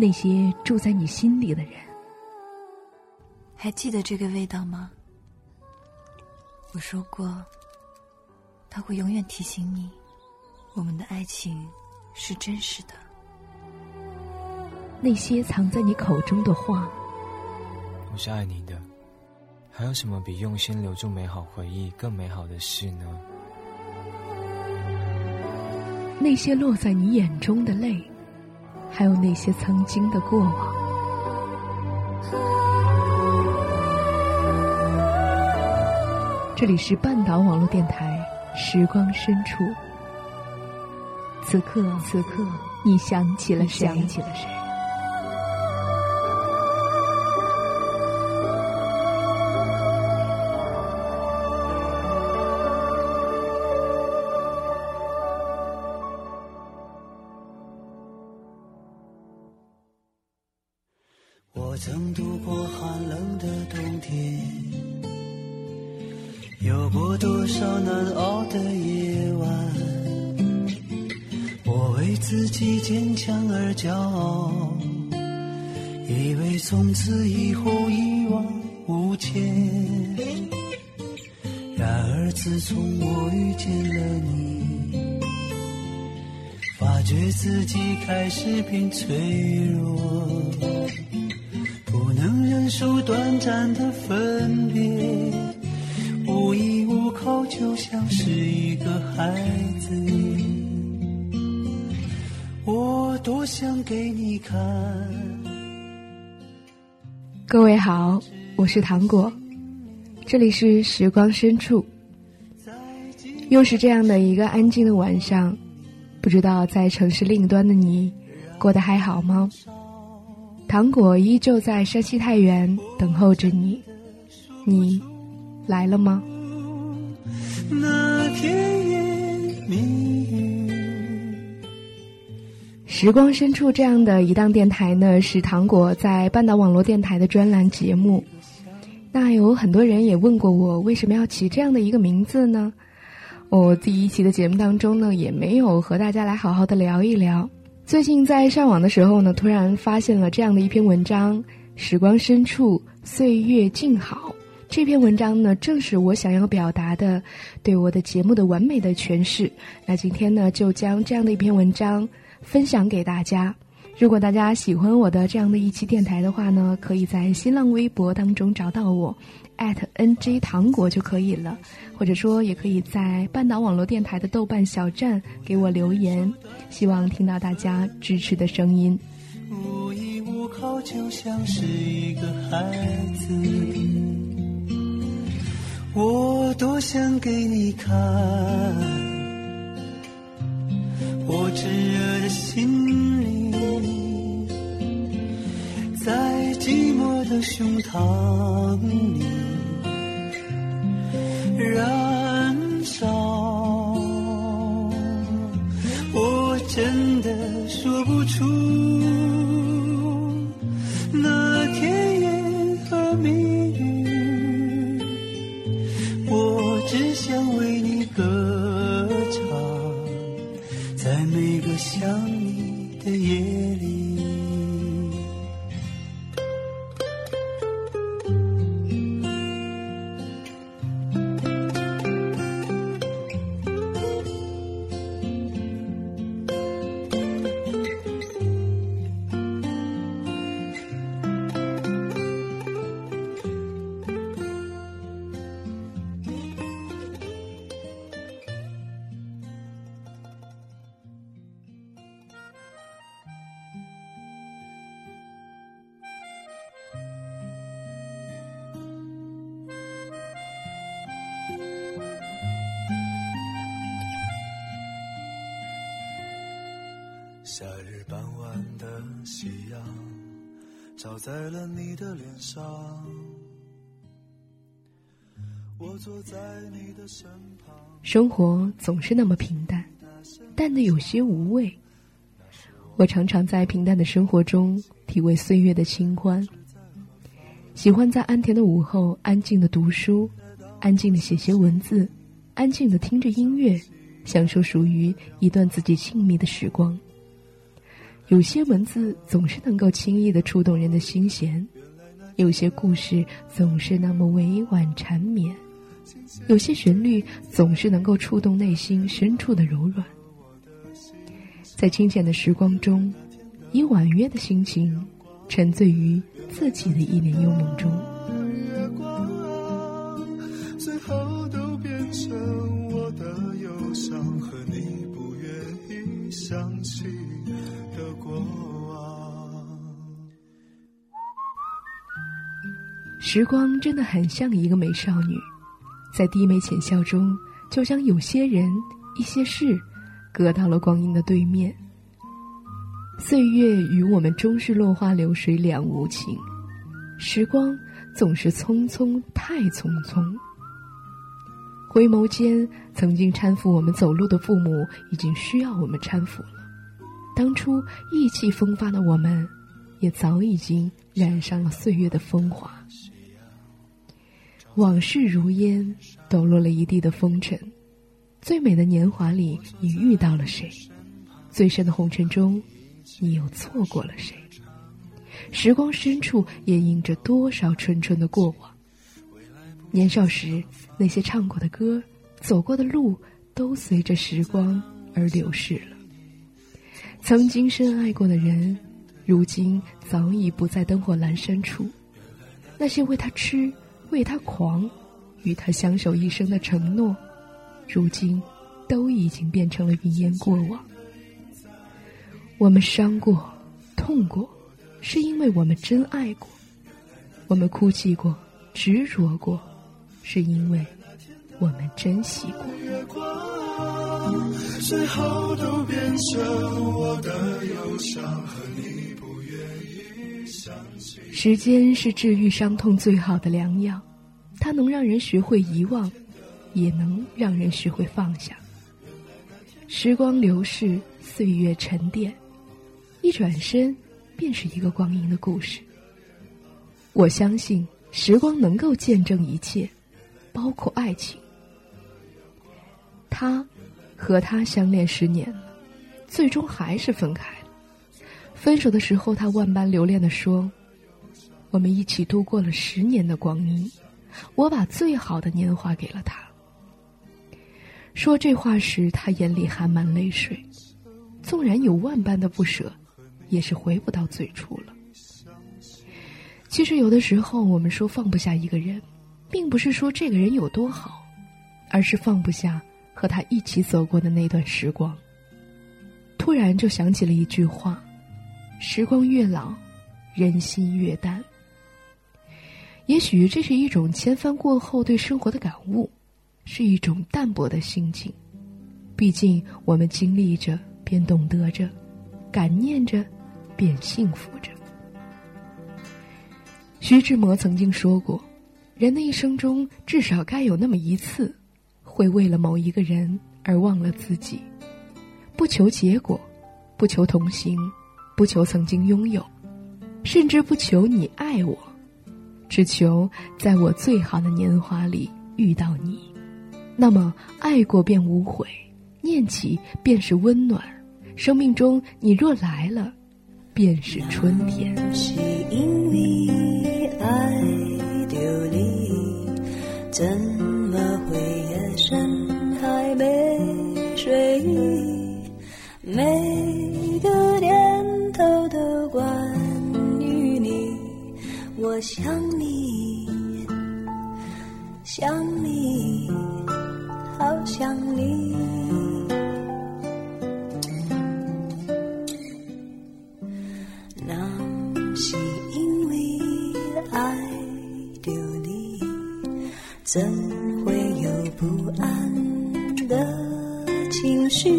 那些住在你心里的人。 还记得这个味道吗？我说过，它会永远提醒你，我们的爱情是真实的。 那些藏在你口中的话， 我是爱你的，还有什么比用心留住美好回忆更美好的事呢？ 那些落在你眼中的泪，还有那些曾经的过往。这里是半岛网络电台时光深处，此刻你想起了谁？ 我曾度过寒冷的冬天，有过多少难熬的夜晚，我为自己坚强而骄傲，以为从此以后一往无前。然而自从我遇见了你，发觉自己开始变脆弱，不能忍受短暂的分别，无依无靠，就像是一个孩子。我多想给你看。 各位好，我是糖果，这里是时光深处。又是这样的一个安静的晚上，不知道在城市另一端的你过得还好吗？糖果依旧在山西太原等候着你，你来了吗？ 那甜言蜜语。 时光深处这样的一档电台呢，是糖果在半岛网络电台的专栏节目。那有很多人也问过我，为什么要起这样的一个名字呢？我第一期的节目当中呢，也没有和大家来好好的聊一聊。最近在上网的时候呢，突然发现了这样的一篇文章，时光深处，岁月静好。这篇文章呢，正是我想要表达的对我的节目的完美的诠释。那今天呢，就将这样的一篇文章分享给大家。如果大家喜欢我的这样的一期电台的话呢，可以在新浪微博当中找到我@NJ 糖果就可以了，或者说也可以在半岛网络电台的豆瓣小站给我留言，希望听到大家支持的声音。 无依无靠，就像是一个孩子，我多想给你看，我炙热的心里，在寂寞的胸膛里燃烧，我真的说不出那甜言和蜜语，我只想为你歌唱，在每个想你的夜里。夏日傍晚的夕阳照在了你的脸上，我坐在你的身旁。 生活总是那么平淡，淡得有些无味。我常常在平淡的生活中体味岁月的清欢，喜欢在安甜的午后安静地读书，安静地写些文字，安静地听着音乐，享受属于一段自己静谧的时光。 有些文字总是能够轻易地触动人的心弦，有些故事总是那么委婉缠绵，有些旋律总是能够触动内心深处的柔软。在清浅的时光中，以婉约的心情沉醉于自己的一帘幽梦中。 月光最后都变成我的忧伤和你不愿意想起的过往。 时光真的很像一个美少女，在低眉浅笑中，就将有些人一些事隔到了光阴的对面。岁月与我们终是落花流水两无情，时光总是匆匆太匆匆。回眸间，曾经搀扶我们走路的父母已经需要我们搀扶了，当初意气风发的我们也早已经染上了岁月的风华。往事如烟，抖落了一地的风尘。最美的年华里，你遇到了谁？最深的红尘中，你又错过了谁？时光深处也映着多少纯纯的过往。年少时那些唱过的歌，走过的路，都随着时光而流逝了。曾经深爱过的人，如今早已不在灯火阑珊处。那些为他痴，为他狂，与他相守一生的承诺，如今都已经变成了云烟过往。我们伤过，痛过，是因为我们真爱过；我们哭泣过，执着过，是因为我们珍惜过。 月光最后都变成我的忧伤和你不愿意想起。 时间是治愈伤痛最好的良药，它能让人学会遗忘，也能让人学会放下。时光流逝，岁月沉淀，一转身便是一个光阴的故事。我相信时光能够见证一切，包括爱情。他和他相恋10年了，最终还是分开了。分手的时候，他万般留恋地说，我们一起度过了10年的光阴，我把最好的年华给了他。说这话时，他眼里含满泪水，纵然有万般的不舍，也是回不到最初了。其实有的时候我们说放不下一个人，并不是说这个人有多好，而是放不下和他一起走过的那段时光。突然就想起了一句话，时光越老，人心越淡。也许这是一种千帆过后对生活的感悟，是一种淡泊的心境。毕竟我们经历着，便懂得着；感念着，便幸福着。徐志摩曾经说过，人的一生中至少该有那么一次，会为了某一个人而忘了自己，不求结果，不求同行，不求曾经拥有，甚至不求你爱我，只求在我最好的年华里遇到你。那么爱过便无悔，念起便是温暖，生命中你若来了，便是春天。 是因为爱着你，怎么会夜深还没睡意？每个念头都关于你，我想你，想你，好想你。那是因为爱着你，怎会有不安的情绪？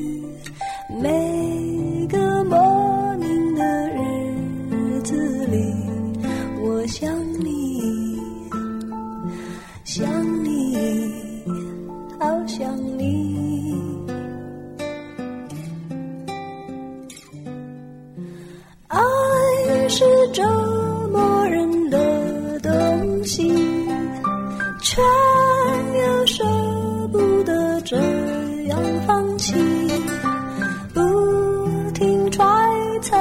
每个莫名的日子里，我想你，想你，好想你。爱是折磨人的东西，却又舍不得这样放弃，不停揣测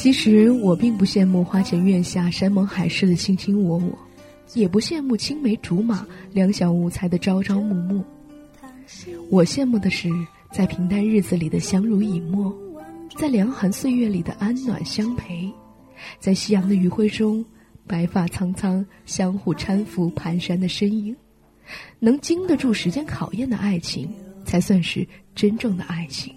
其实我并不羡慕花前月下山盟海誓的卿卿我我，也不羡慕青梅竹马两小无猜的朝朝暮暮。我羡慕的是在平淡日子里的相濡以沫，在凉寒岁月里的安暖相陪，在夕阳的余晖中白发苍苍相互搀扶蹒跚的身影。能经得住时间考验的爱情，才算是真正的爱情。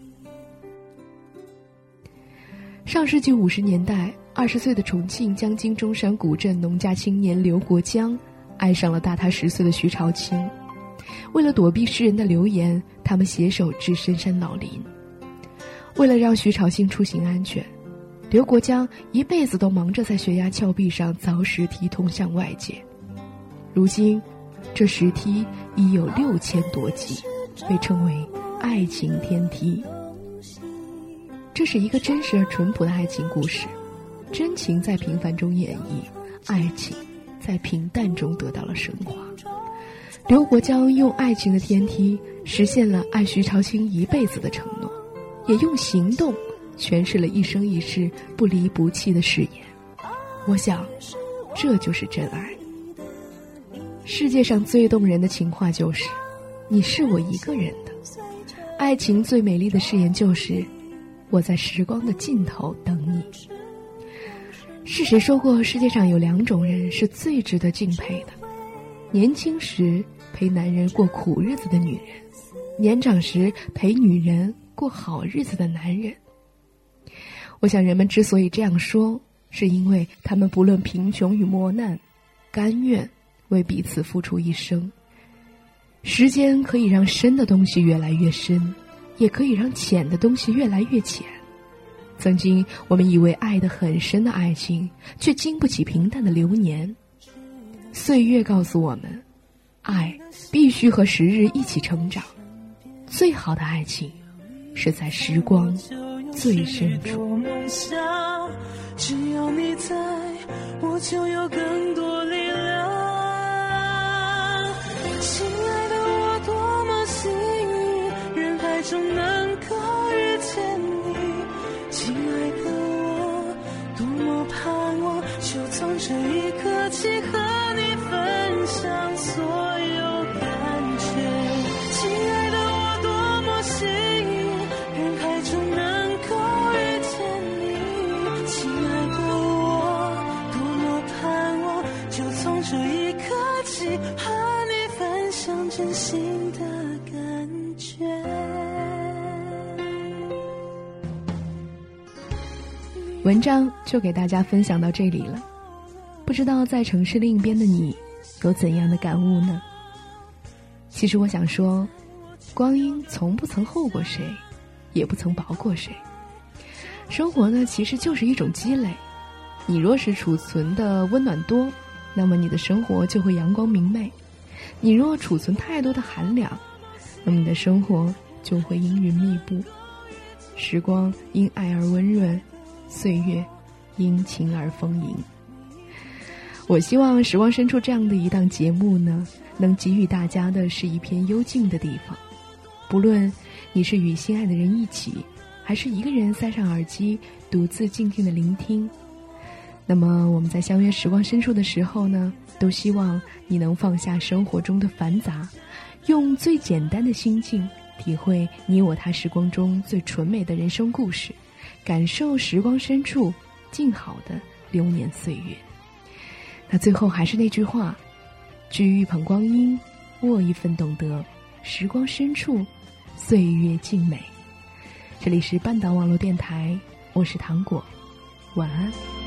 上世纪50年代，20岁的重庆江津中山古镇农家青年刘国江爱上了大他10岁的徐朝清。为了躲避世人的流言，他们携手至深山老林。为了让徐朝清出行安全，刘国江一辈子都忙着在悬崖峭壁上凿石梯通向外界。如今这石梯已有6000多级，被称为爱情天梯。这是一个真实而淳朴的爱情故事，真情在平凡中演绎，爱情在平淡中得到了升华。刘国江用爱情的天梯实现了爱徐朝清一辈子的承诺，也用行动诠释了一生一世不离不弃的誓言。我想这就是真爱。世界上最动人的情话就是你是我一个人的，爱情最美丽的誓言就是我在时光的尽头等你。是谁说过世界上有2种人是最值得敬佩的？年轻时陪男人过苦日子的女人，年长时陪女人过好日子的男人。我想人们之所以这样说，是因为他们不论贫穷与磨难，甘愿为彼此付出一生。时间可以让深的东西越来越深，也可以让浅的东西越来越浅。曾经我们以为爱得很深的爱情，却经不起平淡的流年。岁月告诉我们，爱必须和时日一起成长。最好的爱情是在时光最深处。 只要你在，我就有更多力量。亲爱的，我多么幸运，人海中能够遇见你。亲爱的，我多么盼望，就从这一刻起和你分享所有感觉。亲爱的，我多么幸运，人海中能够遇见你。亲爱的，我多么盼望，就从这一刻起和你分享真心的感觉。 文章就给大家分享到这里了，不知道在城市另一边的你有怎样的感悟呢？其实我想说，光阴从不曾厚过谁，也不曾薄过谁。生活呢，其实就是一种积累。你若是储存的温暖多，那么你的生活就会阳光明媚；你若储存太多的寒凉，那么你的生活就会阴云密布。时光因爱而温润，岁月因情而丰盈。我希望时光深处这样的一档节目呢，能给予大家的是一片幽静的地方。不论你是与心爱的人一起，还是一个人塞上耳机独自静静的聆听，那么我们在相约时光深处的时候呢，都希望你能放下生活中的繁杂，用最简单的心境体会你我他时光中最纯美的人生故事，感受时光深处静好的流年岁月。那最后还是那句话，掬一捧光阴，握一份懂得，时光深处岁月静美。这里是半岛网络电台，我是糖果，晚安。